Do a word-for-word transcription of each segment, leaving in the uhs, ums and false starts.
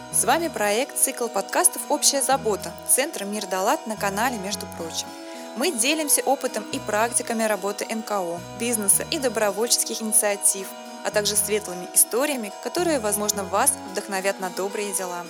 С вами проект «Цикл подкастов «Общая забота» Центра «Мир Далат» на канале «Между прочим». Мы делимся опытом и практиками работы эн ка о, бизнеса и добровольческих инициатив, а также светлыми историями, которые, возможно, вас вдохновят на добрые дела.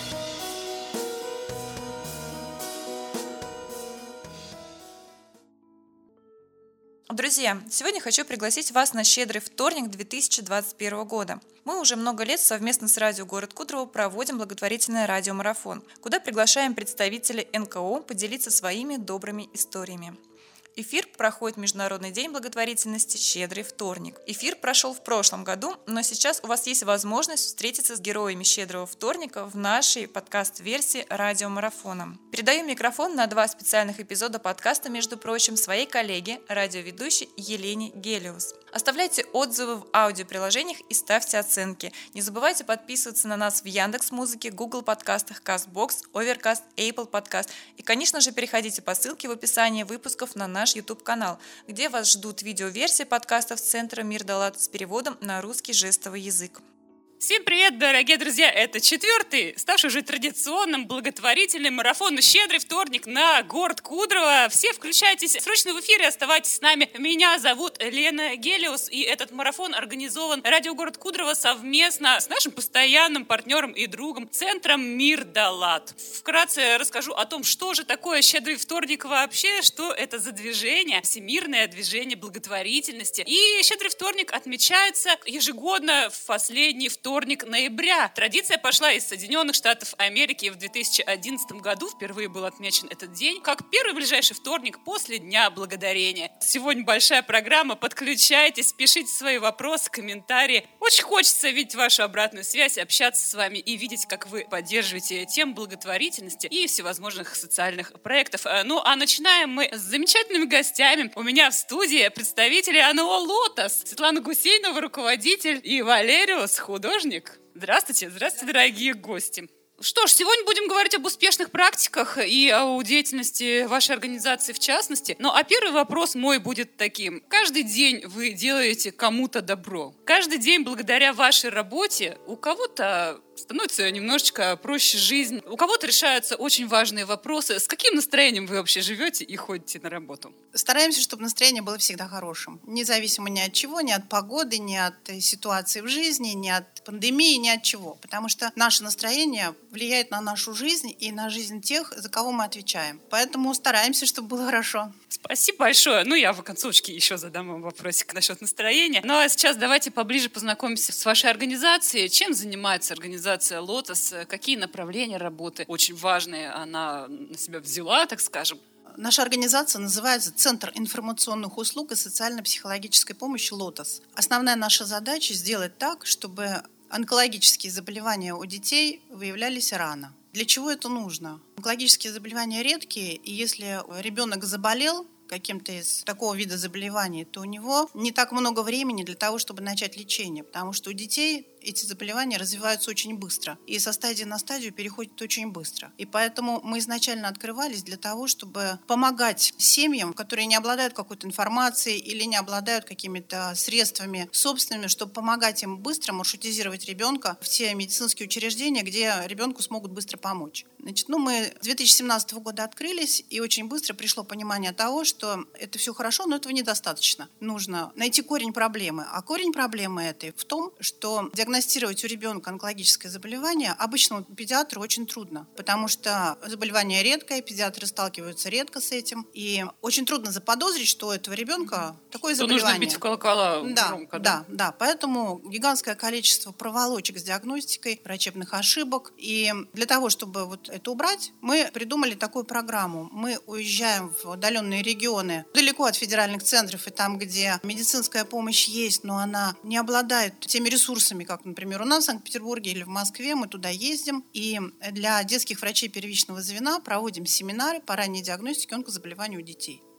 Друзья, сегодня хочу пригласить вас на щедрый вторник две тысячи двадцать первого года. Мы уже много лет совместно с радио «Город Кудрово» проводим благотворительный радиомарафон, куда приглашаем представителей эн ка о поделиться своими добрыми историями. Эфир проходит Международный день благотворительности «Щедрый вторник». Эфир прошел в прошлом году, но сейчас у вас есть возможность встретиться с героями «Щедрого вторника» в нашей подкаст-версии радиомарафона. Передаю микрофон на два специальных эпизода подкаста, между прочим, своей коллеге, радиоведущей Елене Гелиус. Оставляйте отзывы в аудиоприложениях и ставьте оценки. Не забывайте подписываться на нас в Яндекс.Музыке, Google подкастах, Castbox, Overcast, Apple Podcast. И, конечно же, переходите по ссылке в описании выпусков на наш YouTube-канал, где вас ждут видеоверсии подкастов Центра «Мир Далат» с переводом на русский жестовый язык. Всем привет, дорогие друзья! Это четвертый, ставший уже традиционным благотворительным марафон «Щедрый вторник» на город Кудрово. Все включайтесь срочно в эфире, оставайтесь с нами. Меня зовут Лена Гелиус, и этот марафон организован радио «Город Кудрово» совместно с нашим постоянным партнером и другом Центром «Мир Далат». Вкратце расскажу о том, что же такое «Щедрый вторник» вообще, что это за движение, всемирное движение благотворительности. И «Щедрый вторник» отмечается ежегодно в последний вторник. Вторник ноября. Традиция пошла из Соединенных Штатов Америки. В две тысячи одиннадцатом году впервые был отмечен этот день как первый ближайший вторник после Дня Благодарения. Сегодня большая программа. Подключайтесь, пишите свои вопросы, комментарии. Очень хочется видеть вашу обратную связь, общаться с вами и видеть, как вы поддерживаете тему благотворительности и всевозможных социальных проектов. Ну, а начинаем мы с замечательными гостями. У меня в студии представители эн о «Лотос». Светлана Гусейнова, руководитель, и Валериус, художник. Здравствуйте, здравствуйте, дорогие гости. Что ж, сегодня будем говорить об успешных практиках и о деятельности вашей организации в частности. Ну, а первый вопрос мой будет таким. Каждый день вы делаете кому-то добро. Каждый день благодаря вашей работе у кого-то становится немножечко проще жизнь. У кого-то решаются очень важные вопросы. С каким настроением вы вообще живете и ходите на работу? Стараемся, чтобы настроение было всегда хорошим. Независимо ни от чего, ни от погоды, ни от ситуации в жизни, ни от пандемии, ни от чего. Потому что наше настроение влияет на нашу жизнь и на жизнь тех, за кого мы отвечаем. Поэтому стараемся, чтобы было хорошо. Спасибо большое. Ну, я в концовочке еще задам вам вопросик насчет настроения. Ну, а сейчас давайте поближе познакомимся с вашей организацией. Чем занимается организация «Лотос»? Какие направления работы очень важные она на себя взяла, так скажем? Наша организация называется «Центр информационных услуг и социально-психологической помощи «Лотос». Основная наша задача – сделать так, чтобы онкологические заболевания у детей выявлялись рано. Для чего это нужно? Онкологические заболевания редкие, и если ребенок заболел каким-то из такого вида заболеваний, то у него не так много времени для того, чтобы начать лечение, потому что у детей эти заболевания развиваются очень быстро и со стадии на стадию переходят очень быстро. И поэтому мы изначально открывались для того, чтобы помогать семьям, которые не обладают какой-то информацией или не обладают какими-то средствами собственными, чтобы помогать им быстро маршрутизировать ребенка в те медицинские учреждения, где ребенку смогут быстро помочь. Значит, ну, мы с две тысячи семнадцатого года открылись, и очень быстро пришло понимание того, что это все хорошо, но этого недостаточно. Нужно найти корень проблемы. А корень проблемы этой в том, что диагностировать у ребенка онкологическое заболевание обычному педиатру очень трудно, потому что заболевание редкое, педиатры сталкиваются редко с этим, и очень трудно заподозрить, что у этого ребенка такое То заболевание. Нужно бить в колокола да, громко, да? Да, да. Поэтому гигантское количество проволочек с диагностикой, врачебных ошибок. И для того, чтобы вот это убрать, мы придумали такую программу. Мы уезжаем в удаленные регионы, далеко от федеральных центров, и там, где медицинская помощь есть, но она не обладает теми ресурсами, как, например, у нас в Санкт-Петербурге или в Москве. Мы туда ездим и для детских врачей первичного звена проводим семинары по ранней диагностике онкозаболеваний у детей.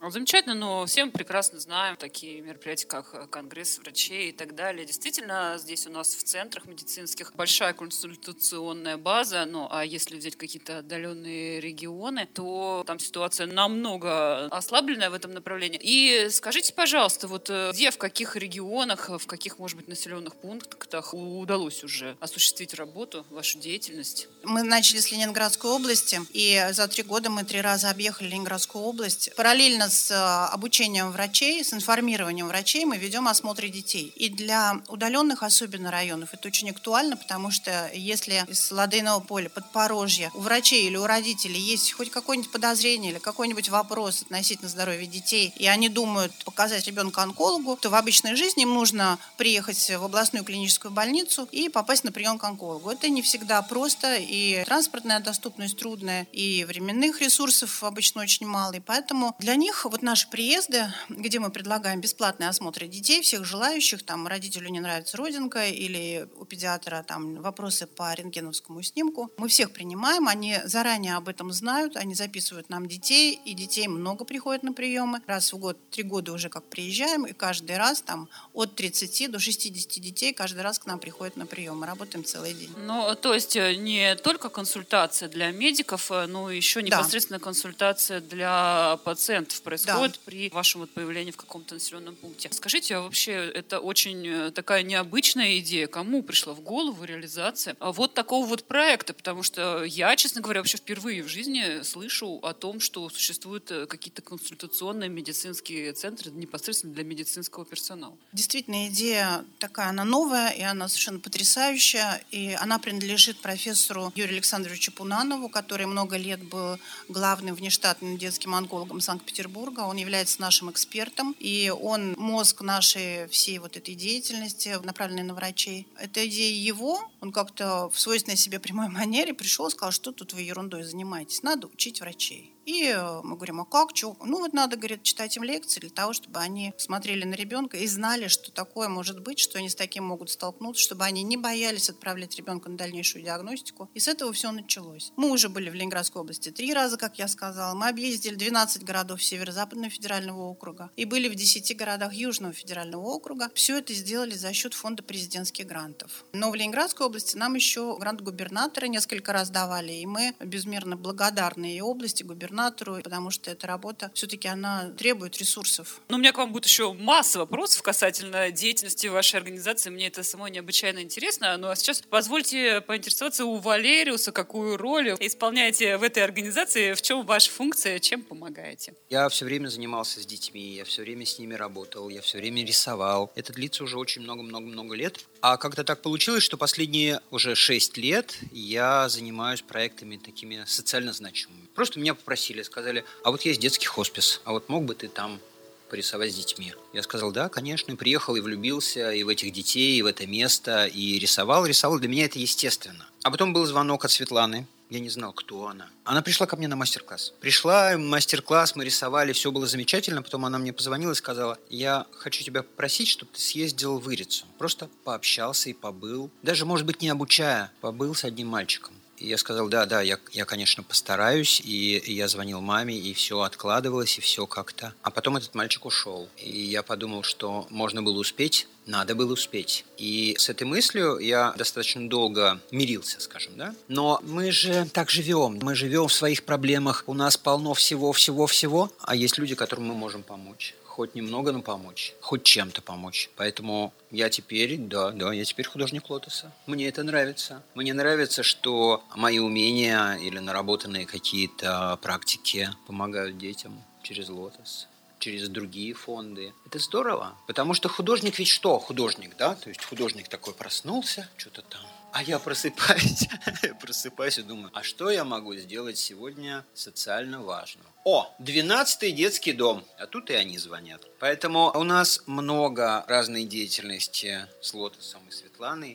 Замечательно, но все мы прекрасно знаем такие мероприятия, как Конгресс врачей и так далее. Действительно, здесь у нас в центрах медицинских большая консультационная база, ну а если взять какие-то отдаленные регионы, то там ситуация намного ослабленная в этом направлении. И скажите, пожалуйста, вот где, в каких регионах, в каких, может быть, населенных пунктах удалось уже осуществить работу, вашу деятельность? Мы начали с Ленинградской области, и за три года мы три раза объехали Ленинградскую область. Параллельно с обучением врачей, с информированием врачей мы ведем осмотры детей. И для удаленных особенно районов это очень актуально, потому что если из Ладейного поля, Подпорожья у врачей или у родителей есть хоть какое-нибудь подозрение или какой-нибудь вопрос относительно здоровья детей, и они думают показать ребенка онкологу, то в обычной жизни им нужно приехать в областную клиническую больницу и попасть на прием к онкологу. Это не всегда просто, и транспортная доступность трудная, и временных ресурсов обычно очень мало, и поэтому для них вот наши приезды, где мы предлагаем бесплатные осмотры детей, всех желающих, там родителю не нравится родинка или у педиатра там вопросы по рентгеновскому снимку, мы всех принимаем, они заранее об этом знают, они записывают нам детей, и детей много приходит на приемы. Раз в год, три года уже как приезжаем, и каждый раз там от тридцати до шестидесяти детей каждый раз к нам приходят на прием. Мы работаем целый день. Ну, то есть не только консультация для медиков, но еще непосредственно да. консультация для пациентов происходит да. при вашем вот появлении в каком-то населенном пункте. Скажите, а вообще это очень такая необычная идея. Кому пришла в голову реализация вот такого вот проекта? Потому что я, честно говоря, вообще впервые в жизни слышу о том, что существуют какие-то консультационные медицинские центры непосредственно для медицинского персонала. Действительно, идея такая, она новая, и она совершенно потрясающая. И она принадлежит профессору Юрию Александровичу Пунанову, который много лет был главным внештатным детским онкологом Санкт-Петербурга. Он является нашим экспертом, и он мозг нашей всей вот этой деятельности, направленной на врачей. Это идея его. Он как-то в свойственной себе прямой манере пришел и сказал, что тут вы ерундой занимаетесь, надо учить врачей. И мы говорим, а как, что? Ну вот надо, говорит, читать им лекции для того, чтобы они смотрели на ребенка и знали, что такое может быть, что они с таким могут столкнуться, чтобы они не боялись отправлять ребенка на дальнейшую диагностику. И с этого все началось. Мы уже были в Ленинградской области три раза, как я сказала. Мы объездили двенадцать городов Северо-Западного федерального округа и были в десяти городах Южного федерального округа. Все это сделали за счет фонда президентских грантов. Но в Ленинградской области нам еще грант губернатора несколько раз давали, и мы безмерно благодарны и области, губернатору, потому что эта работа все-таки она требует ресурсов. Но у меня к вам будет еще масса вопросов касательно деятельности вашей организации. Мне это самой необычайно интересно. Ну а сейчас позвольте поинтересоваться у Валериуса, какую роль исполняете в этой организации, в чем ваша функция, чем помогаете? Я все время занимался с детьми, я все время с ними работал, я все время рисовал. Это длится уже очень много-много-много лет. А как-то так получилось, что последние уже шесть лет я занимаюсь проектами такими социально значимыми. Просто меня попросили, сказали, а вот есть детский хоспис, а вот мог бы ты там порисовать с детьми? Я сказал, да, конечно, и приехал, и влюбился, и в этих детей, и в это место, и рисовал, рисовал. Для меня это естественно. А потом был звонок от Светланы. Я не знал, кто она. Она пришла ко мне на мастер-класс. Пришла, мастер-класс, мы рисовали, все было замечательно. Потом она мне позвонила и сказала, я хочу тебя попросить, чтобы ты съездил в Ирицу. Просто пообщался и побыл. Даже, может быть, не обучая, побыл с одним мальчиком. И я сказал, да, да, я, я, конечно, постараюсь. И, и я звонил маме, и все откладывалось, и все как-то. А потом этот мальчик ушел. И я подумал, что можно было успеть, надо было успеть. И с этой мыслью я достаточно долго мирился, скажем, да. Но мы же так живем. Мы живем в своих проблемах. У нас полно всего-всего-всего. А есть люди, которым мы можем помочь. Хоть немного, но помочь. Хоть чем-то помочь. Поэтому я теперь, да, да, я теперь художник Лотоса. Мне это нравится. Мне нравится, что мои умения или наработанные какие-то практики помогают детям через Лотос, через другие фонды. Это здорово. Потому что художник ведь что? Художник, да? То есть художник такой проснулся, что-то там. А я просыпаюсь, просыпаюсь и думаю, а что я могу сделать сегодня социально важного? О, двенадцатый детский дом. А тут и они звонят. Поэтому у нас много разной деятельности с Лотосом и Светланой.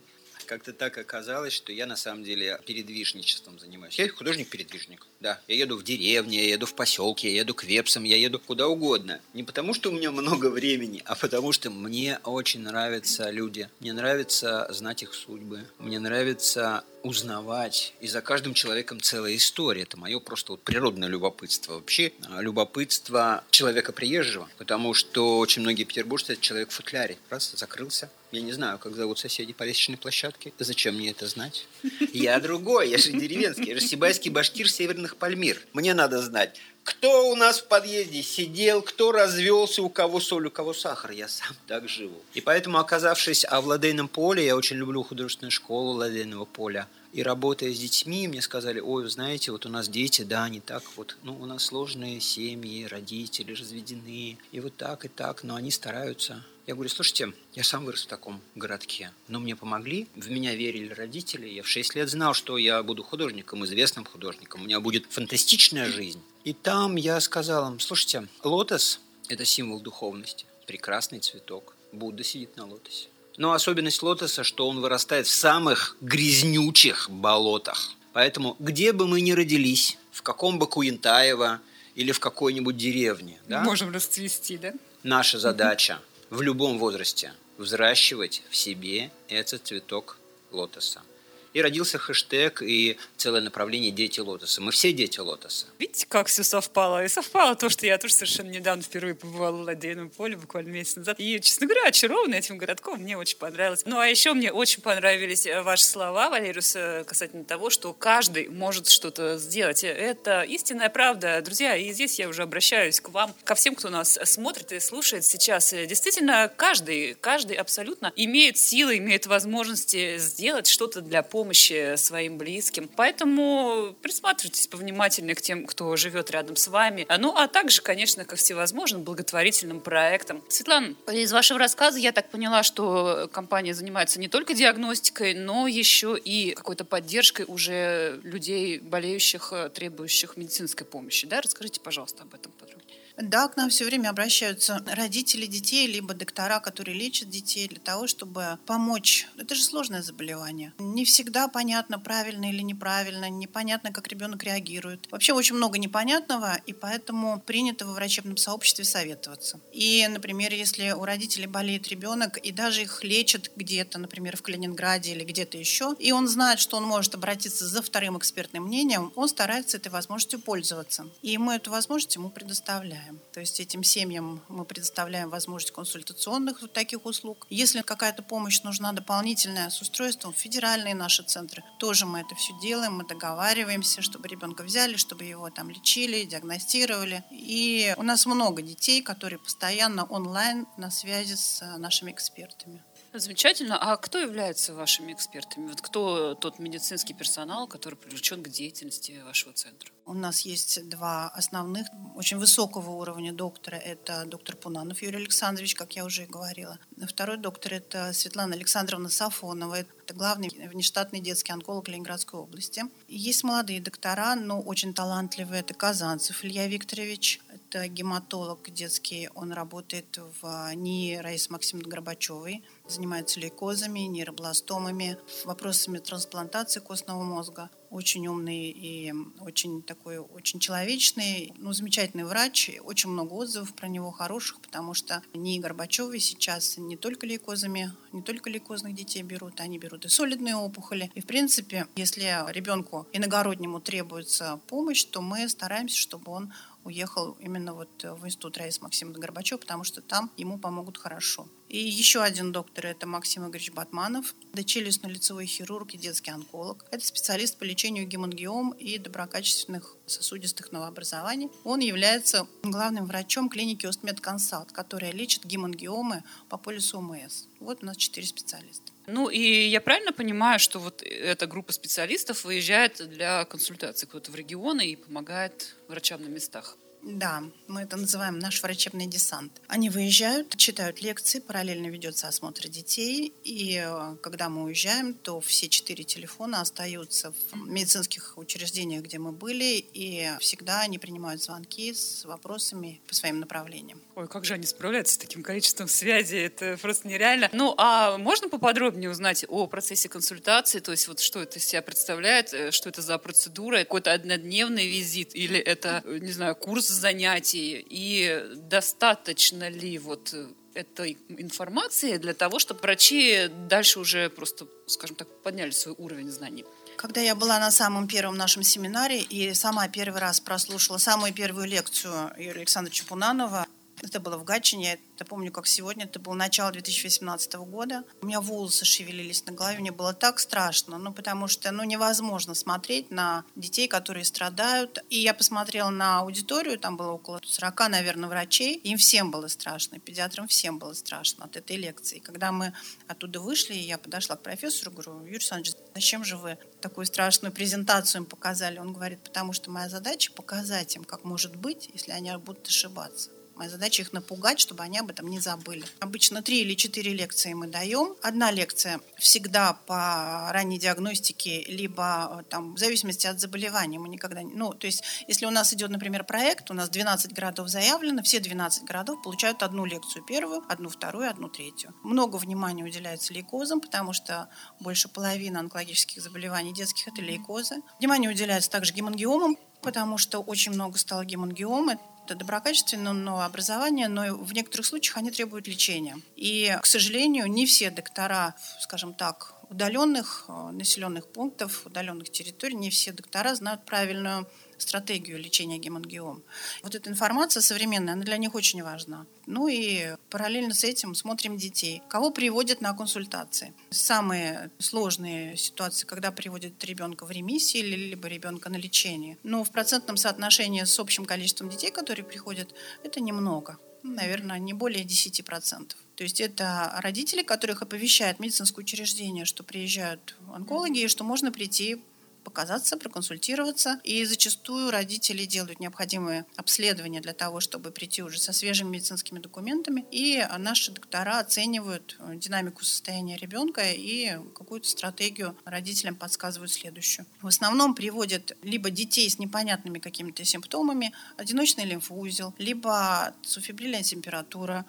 Как-то так оказалось, что я на самом деле передвижничеством занимаюсь. Я художник-передвижник, да. Я еду в деревне, я еду в поселке, я еду к вепсам, я еду куда угодно. Не потому, что у меня много времени, а потому, что мне очень нравятся люди. Мне нравится знать их судьбы. Мне нравится узнавать. И за каждым человеком целая история. Это мое просто вот природное любопытство. Вообще любопытство человека приезжего. Потому что очень многие петербуржцы – это человек в футляре. Раз, закрылся. Я не знаю, как зовут соседей по лестничной площадке. Зачем мне это знать? Я другой, я же деревенский. Я же сибайский башкир Северных Пальмир. Мне надо знать, кто у нас в подъезде сидел, кто развелся, у кого соль, у кого сахар. Я сам так живу. И поэтому, оказавшись в Ладейном поле, я очень люблю художественную школу Ладейного поля. И работая с детьми, мне сказали: ой, вы знаете, вот у нас дети, да, они так вот, ну, у нас сложные семьи, родители разведены, и вот так, и так, но они стараются. Я говорю: слушайте, я сам вырос в таком городке, но мне помогли, в меня верили родители, я в шесть лет знал, что я буду художником, известным художником, у меня будет фантастичная жизнь. И там я сказал им: слушайте, лотос – это символ духовности, прекрасный цветок, Будда сидит на лотосе. Но особенность лотоса, что он вырастает в самых грязнючих болотах. Поэтому где бы мы ни родились, в каком бы Куинтаево или в какой-нибудь деревне, да, можем расцвести, да? Наша задача в любом возрасте взращивать в себе этот цветок лотоса. И родился хэштег и целое направление «Дети лотоса». Мы все дети лотоса. Видите, как все совпало? И совпало то, что я тоже совершенно недавно впервые побывала в Ладейном поле, буквально месяц назад. И, честно говоря, очарована этим городком. Мне очень понравилось. Ну, а еще мне очень понравились ваши слова, Валериус, касательно того, что каждый может что-то сделать. Это истинная правда. Друзья, и здесь я уже обращаюсь к вам, ко всем, кто нас смотрит и слушает сейчас. Действительно, каждый, каждый абсолютно имеет силы, имеет возможности сделать что-то для помощи своим близким. Поэтому присматривайтесь повнимательнее к тем, кто живет рядом с вами. Ну, а также, конечно, ко всевозможным благотворительным проектам. Светлана, из вашего рассказа я так поняла, что компания занимается не только диагностикой, но еще и какой-то поддержкой уже людей, болеющих, требующих медицинской помощи. Да? Расскажите, пожалуйста, об этом подробнее. Да, к нам все время обращаются родители детей, либо доктора, которые лечат детей, для того, чтобы помочь. Это же сложное заболевание. Не всегда понятно, правильно или неправильно, непонятно, как ребенок реагирует. Вообще очень много непонятного, и поэтому принято во врачебном сообществе советоваться. И, например, если у родителей болеет ребенок, и даже их лечат где-то, например, в Калининграде или где-то еще, и он знает, что он может обратиться за вторым экспертным мнением, он старается этой возможностью пользоваться. И мы эту возможность ему предоставляем. То есть этим семьям мы предоставляем возможность консультационных вот таких услуг. Если какая-то помощь нужна дополнительная с устройством, федеральные наши центры, тоже мы это все делаем, мы договариваемся, чтобы ребенка взяли, чтобы его там лечили, диагностировали. И у нас много детей, которые постоянно онлайн на связи с нашими экспертами. Замечательно. А кто является вашими экспертами? Вот кто тот медицинский персонал, который привлечен к деятельности вашего центра? У нас есть два основных, очень высокого уровня доктора. Это доктор Пунанов Юрий Александрович, как я уже и говорила. Второй доктор – это Светлана Александровна Сафонова. Это главный внештатный детский онколог Ленинградской области. Есть молодые доктора, но очень талантливые. Это Казанцев Илья Викторович. Это гематолог детский. Он работает в НИИ Раисы Максимовны Горбачевой. Занимается лейкозами, нейробластомами, вопросами трансплантации костного мозга. Очень умный и очень такой, очень человечный, ну, замечательный врач. Очень много отзывов про него хороших, потому что НИИ Горбачевой сейчас не только лейкозами, не только лейкозных детей берут, они берут и солидные опухоли. И, в принципе, если ребенку иногороднему требуется помощь, то мы стараемся, чтобы он уехал именно вот в институт Раисы Максимовны Горбачевой, потому что там ему помогут хорошо. И еще один доктор – это Максим Игоревич Батманов, это челюстно-лицевой хирург и детский онколог. Это специалист по лечению гемангиом и доброкачественных сосудистых новообразований. Он является главным врачом клиники Остмедконсалт, которая лечит гемангиомы по полису ОМС. Вот у нас четыре специалиста. Ну и я правильно понимаю, что вот эта группа специалистов выезжает для консультаций куда-то в регионы и помогает врачам на местах? Да, мы это называем наш врачебный десант. Они выезжают, читают лекции, параллельно ведется осмотр детей. И когда мы уезжаем, то все четыре телефона остаются в медицинских учреждениях, где мы были, и всегда они принимают звонки с вопросами по своим направлениям. Ой, как же они справляются с таким количеством связей, это просто нереально. Ну, а можно поподробнее узнать о процессе консультации, то есть вот что это из себя представляет, что это за процедура, какой-то однодневный визит или это, не знаю, курс занятий, и достаточно ли вот этой информации для того, чтобы врачи дальше уже просто, скажем так, подняли свой уровень знаний? Когда я была на самом первом нашем семинаре и сама первый раз прослушала самую первую лекцию Юрия Александровича Пунанова, это было в Гатчине, я помню, как сегодня, это было начало две тысячи восемнадцатого года. У меня волосы шевелились на голове, мне было так страшно, ну, потому что ну, невозможно смотреть на детей, которые страдают. И я посмотрела на аудиторию, там было около сорока, наверное, врачей, им всем было страшно, педиатрам всем было страшно от этой лекции. Когда мы оттуда вышли, я подошла к профессору, говорю: Юрий Александрович, зачем же вы такую страшную презентацию им показали? Он говорит: потому что моя задача показать им, как может быть, если они будут ошибаться. Моя задача их напугать, чтобы они об этом не забыли. Обычно три или четыре лекции мы даем. Одна лекция всегда по ранней диагностике, либо там, в зависимости от заболевания. Мы никогда не... Ну, то есть, если у нас идет, например, проект, у нас двенадцать городов заявлено, все двенадцать городов получают одну лекцию первую, одну вторую, одну третью. Много внимания уделяется лейкозам, потому что больше половины онкологических заболеваний детских – это лейкозы. Внимание уделяется также гемангиомам, потому что очень много стало гемангиомы. Это доброкачественное новообразование, но в некоторых случаях они требуют лечения. И, к сожалению, не все доктора, скажем так, удаленных населенных пунктов, удаленных территорий, не все доктора знают правильную стратегию лечения гемангиом. Вот эта информация современная, она для них очень важна. Ну и параллельно с этим смотрим детей. Кого приводят на консультации? Самые сложные ситуации, когда приводят ребенка в ремиссии, либо ребенка на лечение. Но в процентном соотношении с общим количеством детей, которые приходят, это немного. Наверное, не более десять процентов. То есть это родители, которых оповещает медицинское учреждение, что приезжают онкологи, и что можно прийти показаться, проконсультироваться. И зачастую родители делают необходимые обследования для того, чтобы прийти уже со свежими медицинскими документами. И наши доктора оценивают динамику состояния ребенка и какую-то стратегию родителям подсказывают следующую. В основном приводят либо детей с непонятными какими-то симптомами, одиночный лимфоузел, либо субфебрильная температура,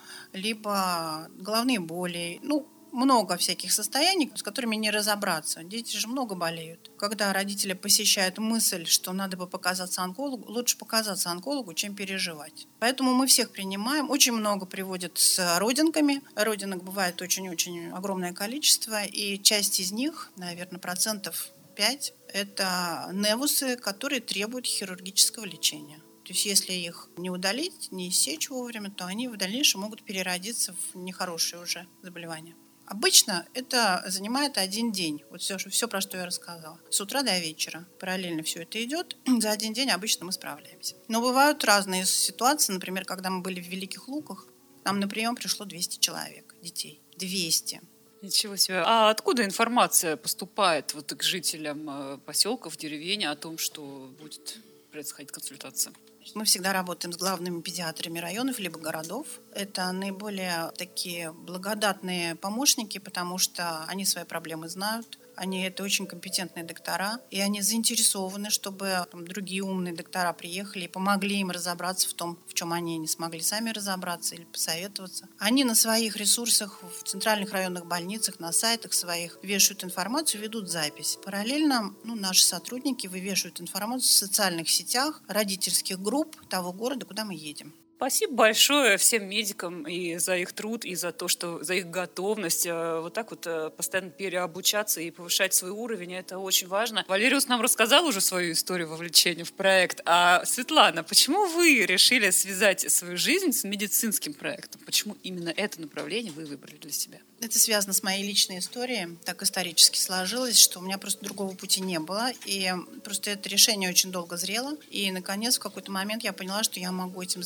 либо головные боли. Ну, много всяких состояний, с которыми не разобраться. Дети же много болеют. Когда родители посещают мысль, что надо бы показаться онкологу, лучше показаться онкологу, чем переживать. Поэтому мы всех принимаем. Очень много приводят с родинками. Родинок бывает очень-очень огромное количество, и часть из них, наверное, процентов пять, это невусы, которые требуют хирургического лечения. То есть если их не удалить, не иссечь вовремя, то они в дальнейшем могут переродиться в нехорошие уже заболевания. Обычно это занимает один день. Вот все, все, про что я рассказала. С утра до вечера. Параллельно все это идет. За один день обычно мы справляемся. Но бывают разные ситуации. Например, когда мы были в Великих Луках, нам на прием пришло двести человек, детей. двести. Ничего себе. А откуда информация поступает вот к жителям поселков, деревень о том, что будет происходить консультация? Мы всегда работаем с главными педиатрами районов либо городов. Это наиболее такие благодатные помощники, потому что они свои проблемы знают. Они это очень компетентные доктора, и они заинтересованы, чтобы там, другие умные доктора приехали и помогли им разобраться в том, в чем они не смогли сами разобраться или посоветоваться. Они на своих ресурсах в центральных районных больницах, на сайтах своих вешают информацию, ведут запись. Параллельно ну, наши сотрудники вывешивают информацию в социальных сетях родительских групп того города, куда мы едем. Спасибо большое всем медикам и за их труд, и за то, что за их готовность вот так вот постоянно переобучаться и повышать свой уровень. Это очень важно. Валериус нам рассказал уже свою историю вовлечения в проект. А Светлана, почему вы решили связать свою жизнь с медицинским проектом? Почему именно это направление вы выбрали для себя? Это связано с моей личной историей. Так исторически сложилось, что у меня просто другого пути не было. И просто это решение очень долго зрело. И, наконец, в какой-то момент я поняла, что я могу этим заниматься.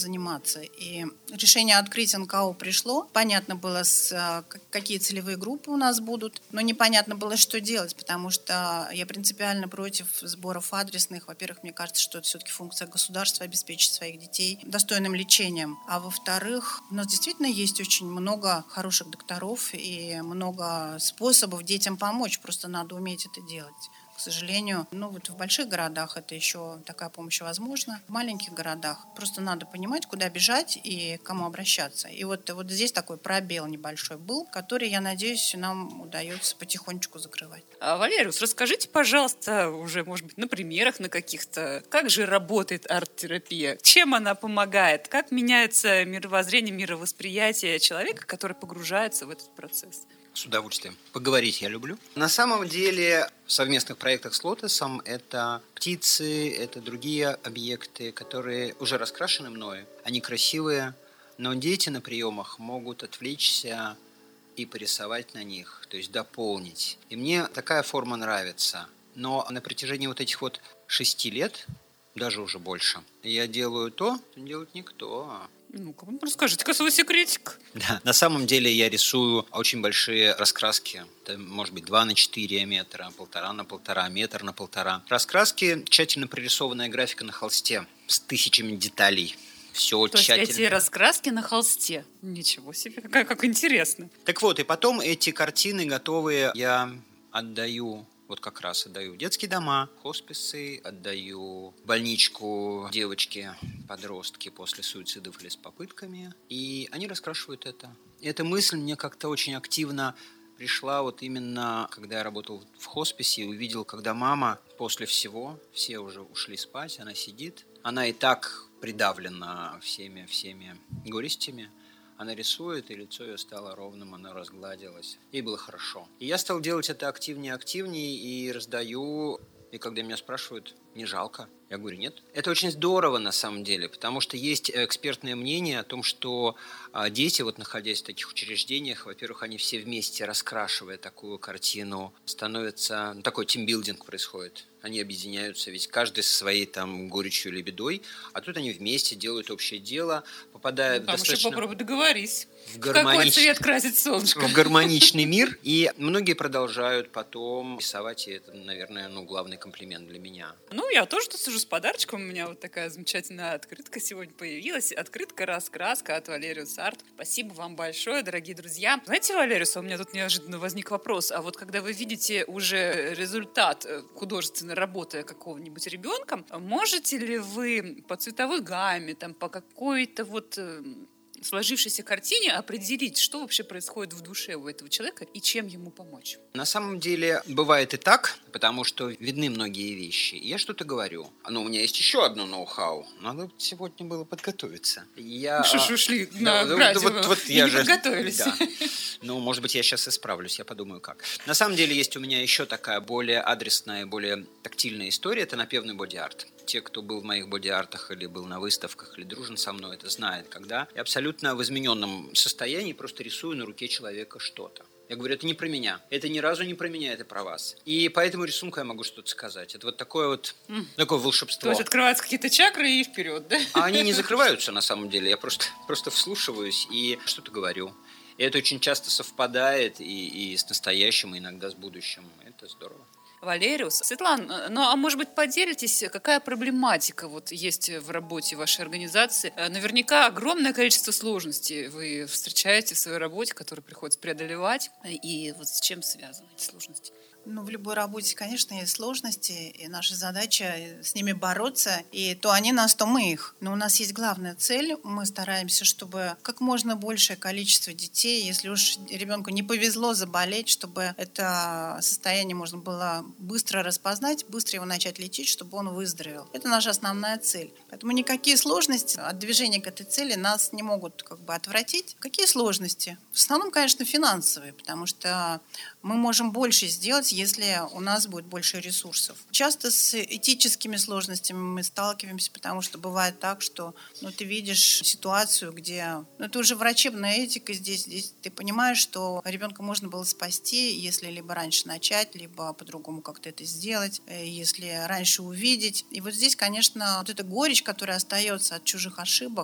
заниматься. И решение открыть эн ка о пришло. Понятно было, с, какие целевые группы у нас будут, но непонятно было, что делать, потому что я принципиально против сборов адресных. Во-первых, мне кажется, что это все-таки функция государства обеспечить своих детей достойным лечением. А во-вторых, у нас действительно есть очень много хороших докторов и много способов детям помочь. Просто надо уметь это делать. К сожалению, ну вот в больших городах это еще такая помощь возможна. В маленьких городах просто надо понимать, куда бежать и к кому обращаться. И вот, вот здесь такой пробел небольшой был, который, я надеюсь, нам удается потихонечку закрывать. А, Валериус, расскажите, пожалуйста, уже, может быть, на примерах на каких-то, как же работает арт-терапия, чем она помогает, как меняется мировоззрение, мировосприятие человека, который погружается в этот процесс? С удовольствием. Поговорить я люблю. На самом деле в совместных проектах с Лотосом это птицы, это другие объекты, которые уже раскрашены мною. Они красивые, но дети на приемах могут отвлечься и порисовать на них, то есть дополнить. И мне такая форма нравится. Но на протяжении вот этих вот шести лет, даже уже больше, я делаю то, что не делает никто. Ну-ка, расскажите-ка свой секретик. Да, на самом деле я рисую очень большие раскраски. Это может быть два на четыре метра, полтора на полтора, метр на полтора. Раскраски, тщательно прорисованная графика на холсте с тысячами деталей. Все То тщательно. есть эти раскраски на холсте. Ничего себе, как, как интересно. Так вот, и потом эти картины готовые я отдаю. Вот как раз отдаю в детские дома, хосписы, отдаю в больничку девочки, подростки после суицидов или с попытками. И они раскрашивают это. И эта мысль мне как-то очень активно пришла вот именно, когда я работал в хосписе и увидел, когда мама после всего, все уже ушли спать, она сидит. Она и так придавлена всеми, всеми горестями. Она рисует, и лицо ее стало ровным, оно разгладилось. Ей было хорошо. И я стал делать это активнее, активнее, и раздаю. И когда меня спрашивают, не жалко? Я говорю, нет. Это очень здорово на самом деле, потому что есть экспертное мнение о том, что дети, вот находясь в таких учреждениях, во-первых, они все вместе, раскрашивая такую картину, становятся... Такой тимбилдинг происходит. Они объединяются, ведь каждый со своей там горечью или бедой, а тут они вместе делают общее дело, попадая Ну, в там достаточно... еще попробуй договорись. В, В гармонич... какой цвет красить солнышко? в гармоничный мир. И многие продолжают потом рисовать, и это, наверное, ну, главный комплимент для меня. Ну, я тоже тут сижу с подарочком. У меня вот такая замечательная открытка сегодня появилась. Открытка-раскраска от Валериус Арт. Спасибо вам большое, дорогие друзья. Знаете, Валериус, у меня тут неожиданно возник вопрос. А вот когда вы видите уже результат художественной работы какого-нибудь ребенка, можете ли вы по цветовой гамме, там, по какой-то вот сложившейся картине определить, что вообще происходит в душе у этого человека и чем ему помочь? На самом деле бывает и так, потому что видны многие вещи. И я что-то говорю. Но у меня есть еще одно ноу-хау. Надо сегодня было подготовиться. Я... Что ж ушли Да, на да, радио вот, вот и я не же... подготовились. Да. Ну, может быть, я сейчас исправлюсь, я подумаю, как. На самом деле есть у меня еще такая более адресная, более тактильная история. Это напевный боди-арт. Те, кто был в моих боди-артах или был на выставках, или дружен со мной, это знает, когда я абсолютно в измененном состоянии просто рисую на руке человека что-то. Я говорю, это не про меня. Это ни разу не про меня, это про вас. И по этому рисунку я могу что-то сказать. Это вот такое вот, mm. такое волшебство. То есть открываются какие-то чакры и вперед, да? А они не закрываются на самом деле. Я просто, просто вслушиваюсь и что-то говорю. И это очень часто совпадает и, и с настоящим, и иногда с будущим. Это здорово. Валериус. Светлана, ну а может быть поделитесь, какая проблематика вот есть в работе вашей организации? Наверняка огромное количество сложностей вы встречаете в своей работе, которые приходится преодолевать. И вот с чем связаны эти сложности? Ну, в любой работе, конечно, есть сложности, и наша задача с ними бороться, и то они нас, то мы их. Но у нас есть главная цель, мы стараемся, чтобы как можно большее количество детей, если уж ребенку не повезло заболеть, чтобы это состояние можно было быстро распознать, быстро его начать лечить, чтобы он выздоровел. Это наша основная цель. Поэтому никакие сложности от движения к этой цели нас не могут как бы отвратить. Какие сложности? В основном, конечно, финансовые, потому что мы можем больше сделать, если у нас будет больше ресурсов. Часто с этическими сложностями мы сталкиваемся, потому что бывает так, что ну, ты видишь ситуацию, где... Ну, это уже врачебная этика здесь, здесь. Ты понимаешь, что ребенка можно было спасти, если либо раньше начать, либо по-другому как-то это сделать, если раньше увидеть. И вот здесь, конечно, вот эта горечь, которая остается от чужих ошибок, как бы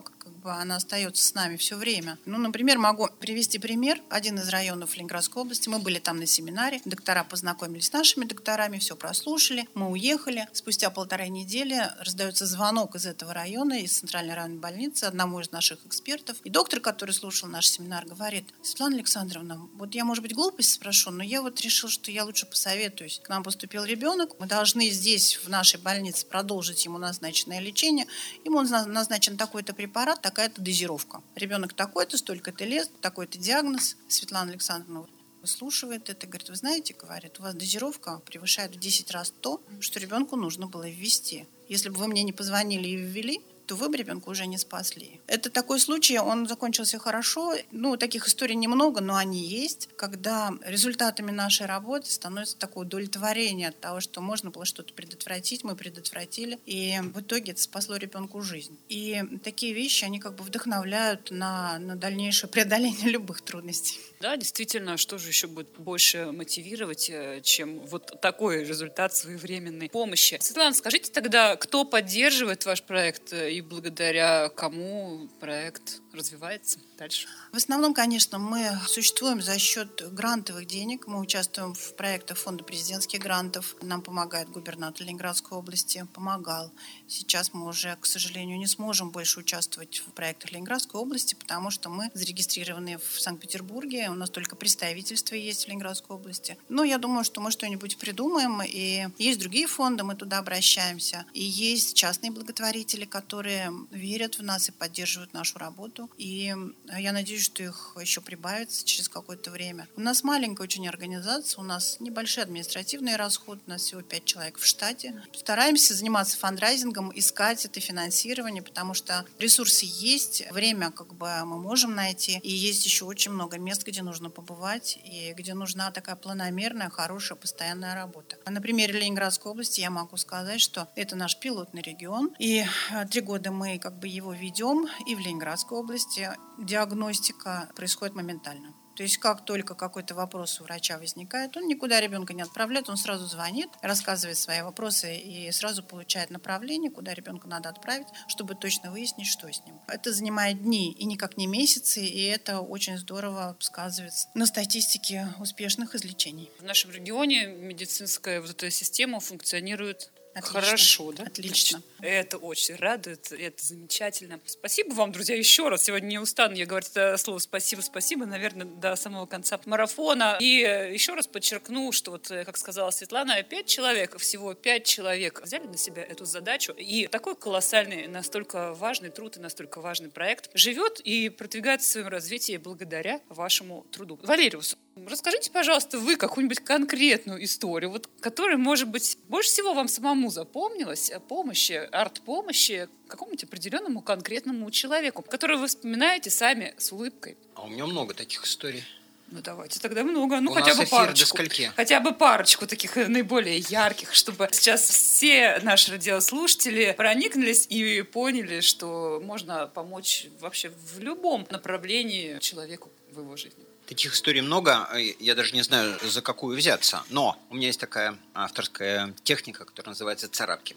бы она остается с нами все время. Ну, например, могу привести пример. Один из районов Ленинградской области. Мы были там на семинаре. Доктора познакомились с нашими докторами, все прослушали. Мы уехали. Спустя полторы недели раздается звонок из этого района, из центральной районной больницы, одному из наших экспертов. И доктор, который слушал наш семинар, говорит: Светлана Александровна, вот я, может быть, глупость спрошу, но я вот решил, что я лучше посоветуюсь. К нам поступил ребенок. Мы должны здесь, в нашей больнице, продолжить ему назначенное лечение. Ему назначен такой-то препарат, такая-то дозировка. Ребенок такой-то, столько-то лет, такой-то диагноз. Светлана Александровна выслушивает это и говорит: вы знаете, говорит, у вас дозировка превышает в десять раз то, что ребенку нужно было ввести. Если бы вы мне не позвонили и ввели, то вы бы ребенка уже не спасли. Это такой случай, он закончился хорошо. Ну, таких историй немного, но они есть, когда результатами нашей работы становится такое удовлетворение от того, что можно было что-то предотвратить, мы предотвратили, и в итоге это спасло ребенку жизнь. И такие вещи, они как бы вдохновляют на, на дальнейшее преодоление любых трудностей. Да, действительно, что же еще будет больше мотивировать, чем вот такой результат своевременной помощи. Светлана, скажите тогда, кто поддерживает ваш проект и благодаря кому проект развивается дальше? В основном, конечно, мы существуем за счет грантовых денег. Мы участвуем в проектах Фонда президентских грантов. Нам помогает губернатор Ленинградской области, помогал. Сейчас мы уже, к сожалению, не сможем больше участвовать в проектах Ленинградской области, потому что мы зарегистрированы в Санкт-Петербурге. У нас только представительство есть в Ленинградской области. Но я думаю, что мы что-нибудь придумаем. И есть другие фонды, мы туда обращаемся. И есть частные благотворители, которые верят в нас и поддерживают нашу работу. И я надеюсь, что их еще прибавится через какое-то время. У нас маленькая очень организация, у нас небольшие административные расходы, у нас всего пять человек в штате. Стараемся заниматься фандрайзингом, искать это финансирование, потому что ресурсы есть, время как бы мы можем найти, и есть еще очень много мест, где нужно побывать, и где нужна такая планомерная, хорошая, постоянная работа. На примере Ленинградской области я могу сказать, что это наш пилотный регион, и три года мы как бы его ведем, и в Ленинградской области диагностика происходит моментально. То есть как только какой-то вопрос у врача возникает, он никуда ребенка не отправляет, он сразу звонит, рассказывает свои вопросы и сразу получает направление, куда ребенка надо отправить, чтобы точно выяснить, что с ним. Это занимает дни и никак не месяцы, и это очень здорово сказывается на статистике успешных излечений. В нашем регионе медицинская вот эта система функционирует Отлично. Хорошо, да? Отлично. Это очень радует, это замечательно. Спасибо вам, друзья, еще раз. Сегодня не устану я говорить это слово «спасибо», «спасибо», наверное, до самого конца марафона. И еще раз подчеркну, что, вот, как сказала Светлана, пять человек, всего пять человек взяли на себя эту задачу. И такой колоссальный, настолько важный труд и настолько важный проект живет и продвигается в своем развитии благодаря вашему труду. Валериус, расскажите, пожалуйста, вы какую-нибудь конкретную историю, вот, которая, может быть, больше всего вам самому запомнилась, о помощи, арт-помощи какому-нибудь определенному конкретному человеку, которого вы вспоминаете сами с улыбкой. А у меня много таких историй. Ну, давайте тогда много. Ну, у хотя нас бы эфир парочку. до скольки? Хотя бы парочку таких наиболее ярких, чтобы сейчас все наши радиослушатели проникнулись и поняли, что можно помочь вообще в любом направлении человеку в его жизни. Таких историй много, я даже не знаю, за какую взяться. Но у меня есть такая авторская техника, которая называется царапки.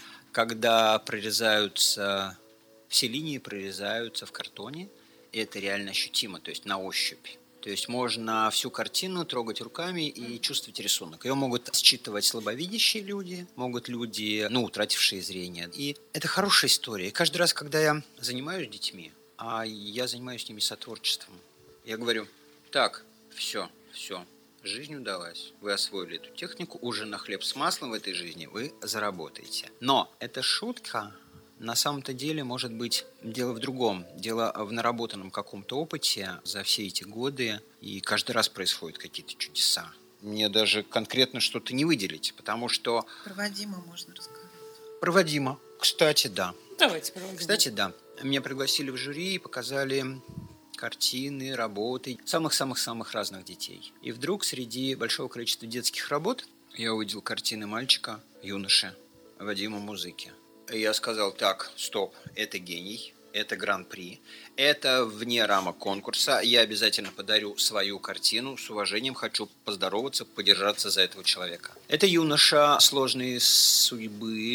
Когда прорезаются, все линии прорезаются в картоне, и это реально ощутимо, то есть на ощупь. То есть можно всю картину трогать руками и чувствовать рисунок. Ее могут считывать слабовидящие люди, могут люди, ну, утратившие зрение. И это хорошая история. И каждый раз, когда я занимаюсь детьми, а я занимаюсь с ними сотворчеством, я говорю: так, все, все, жизнь удалась. Вы освоили эту технику, уже на хлеб с маслом в этой жизни вы заработаете. Но эта шутка на самом-то деле может быть дело в другом. Дело в наработанном каком-то опыте за все эти годы, и каждый раз происходят какие-то чудеса. Мне даже конкретно что-то не выделить, потому что... Проводимо можно рассказать. Проводимо. Кстати, да. Давайте проводим. Кстати, да. Меня пригласили в жюри и показали картины, работы самых-самых-самых разных детей. И вдруг среди большого количества детских работ я увидел картины мальчика, юноши, Вадима Музыки. И я сказал: так, стоп, это гений, это гран-при, это вне рамок конкурса, я обязательно подарю свою картину, с уважением хочу поздороваться, подержаться за этого человека. Это юноша сложной судьбы,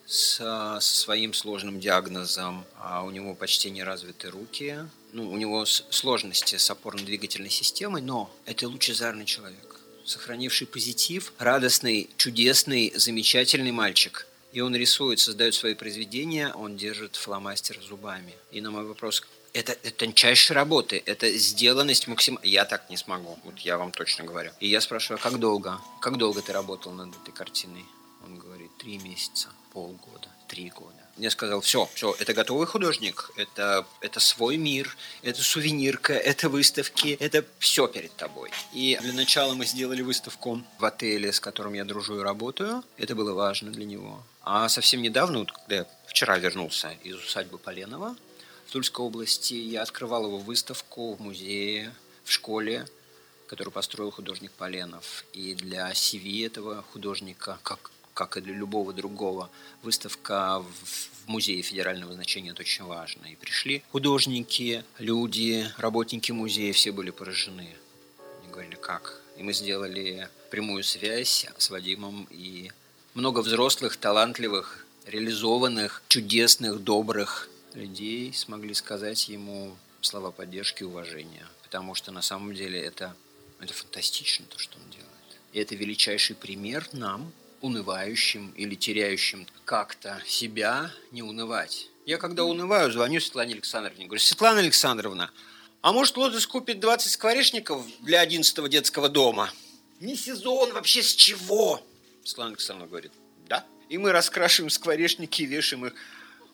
с, со своим сложным диагнозом. А у него почти не развиты руки. Ну, у него сложности с опорно-двигательной системой, но это лучезарный человек, сохранивший позитив, радостный, чудесный, замечательный мальчик. И он рисует, создает свои произведения, он держит фломастер зубами. И на мой вопрос, это, это тончайшие работы, это сделанность максимально... Я так не смогу, вот я вам точно говорю. И я спрашиваю, а как долго? Как долго ты работал над этой картиной? Он говорит, три месяца, полгода, три года. Я сказал, все, все, это готовый художник, это, это свой мир, это сувенирка, это выставки, это все перед тобой. И для начала мы сделали выставку в отеле, с которым я дружу и работаю. Это было важно для него. А совсем недавно, вот, когда я вчера вернулся из усадьбы Поленова в Тульской области, я открывал его выставку в музее, в школе, которую построил художник Поленов. И для си ви этого художника, как как и для любого другого, выставка в музее федерального значения – это очень важно. И пришли художники, люди, работники музея, все были поражены. Они говорили, как? И мы сделали прямую связь с Вадимом, и много взрослых, талантливых, реализованных, чудесных, добрых людей смогли сказать ему слова поддержки и уважения. Потому что на самом деле это, это фантастично, то, что он делает. И это величайший пример нам, унывающим или теряющим как-то себя, не унывать. Я когда унываю, звоню Светлане Александровне, говорю, Светлана Александровна, а может Лотос купит двадцать скворечников для одиннадцатого детского дома? Не сезон, вообще с чего? Светлана Александровна говорит, да. И мы раскрашиваем скворечники и вешаем их.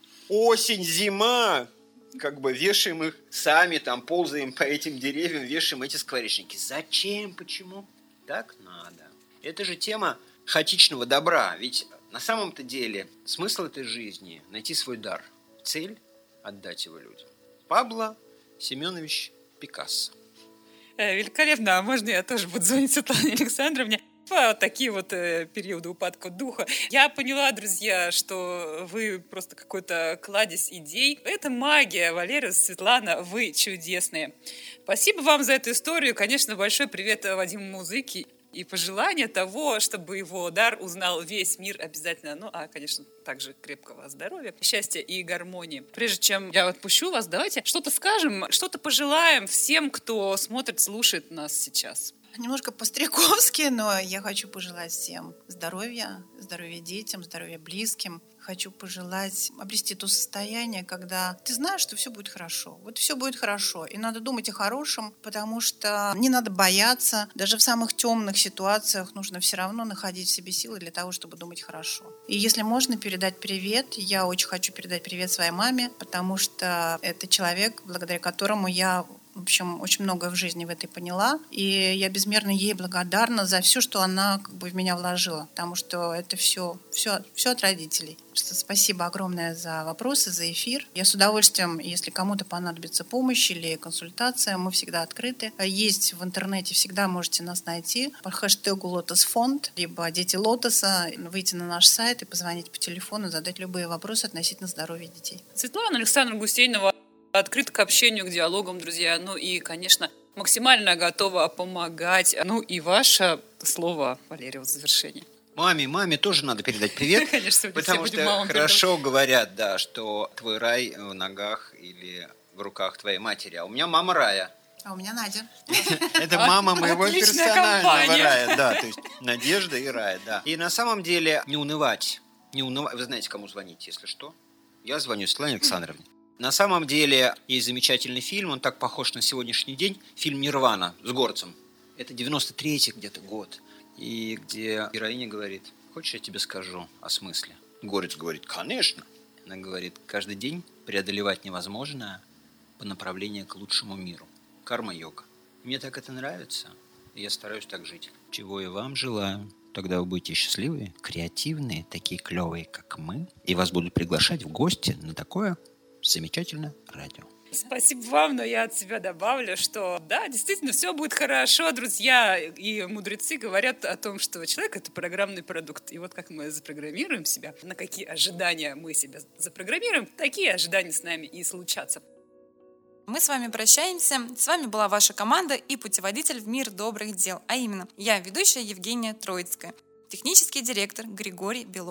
Осень, зима, как бы вешаем их сами, там ползаем по этим деревьям, вешаем эти скворечники. Зачем, почему? Так надо. Это же тема хаотичного добра. Ведь на самом-то деле смысл этой жизни – найти свой дар. Цель – отдать его людям. Пабло Семенович Пикассо. Великолепно. А можно я тоже буду звонить Светлане Александровне? Вот такие вот э, периоды упадка духа. Я поняла, друзья, что вы просто какой-то кладезь идей. Это магия. Валерия, Светлана, вы чудесные. Спасибо вам за эту историю. Конечно, большой привет Вадиму Музыке. И пожелание того, чтобы его дар узнал весь мир обязательно. Ну, а, конечно, также крепкого здоровья, счастья и гармонии. Прежде чем я отпущу вас, давайте что-то скажем, что-то пожелаем всем, кто смотрит, слушает нас сейчас. Немножко по-стариковски, но я хочу пожелать всем здоровья, здоровья детям, здоровья близким. Хочу пожелать обрести то состояние, когда ты знаешь, что все будет хорошо. Вот все будет хорошо. И надо думать о хорошем, потому что не надо бояться. Даже в самых темных ситуациях нужно все равно находить в себе силы для того, чтобы думать хорошо. И если можно передать привет, я очень хочу передать привет своей маме, потому что это человек, благодаря которому я... В общем, очень многое в жизни в этой поняла. И я безмерно ей благодарна за все, что она как бы в меня вложила. Потому что это все, все, все от родителей. Просто спасибо огромное за вопросы, за эфир. Я с удовольствием, если кому-то понадобится помощь или консультация, мы всегда открыты. Есть в интернете, всегда можете нас найти по хэштегу «Лотос-фонд», либо «Дети Лотоса», выйти на наш сайт и позвонить по телефону, задать любые вопросы относительно здоровья детей. Светлана Александровна Гусейнова открыт к общению, к диалогам, друзья. Ну и, конечно, максимально готова помогать. Ну и ваше слово, Валерия, в завершении. Маме, маме тоже надо передать привет. Конечно, потому что хорошо говорят, да, что твой рай в ногах или в руках твоей матери. А у меня мама Рая. А у меня Надя. Это мама моего персонального рая. Да, то есть Надежда и Рая, да. И на самом деле не унывать. Не унывать. Вы знаете, кому звонить, если что? Я звоню Светлане Александровне. На самом деле есть замечательный фильм, он так похож на сегодняшний день, фильм «Нирвана» с Горцем. Это девяносто третий где-то год, и где героиня говорит, хочешь, я тебе скажу о смысле? Горец говорит, конечно. Она говорит, каждый день преодолевать невозможное по направлению к лучшему миру. Карма-йога. Мне так это нравится, и я стараюсь так жить. Чего я вам желаю. Тогда вы будете счастливые, креативные, такие клевые, как мы, и вас будут приглашать в гости на такое замечательное радио. Спасибо вам, но я от себя добавлю, что да, действительно, все будет хорошо, друзья. И мудрецы говорят о том, что человек — это программный продукт. И вот как мы запрограммируем себя, на какие ожидания мы себя запрограммируем, такие ожидания с нами и случатся. Мы с вами прощаемся. С вами была ваша команда и путеводитель в мир добрых дел. А именно, я, ведущая Евгения Троицкая, технический директор Григорий Белов.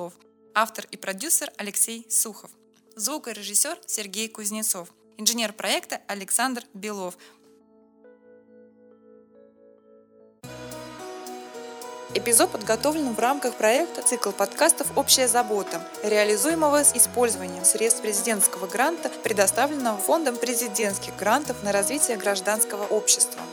Автор и продюсер Алексей Сухов. Звукорежиссер Сергей Кузнецов. Инженер проекта Александр Белов. Эпизод подготовлен в рамках проекта «Цикл подкастов «Общая забота», реализуемого с использованием средств президентского гранта, предоставленного Фондом президентских грантов на развитие гражданского общества.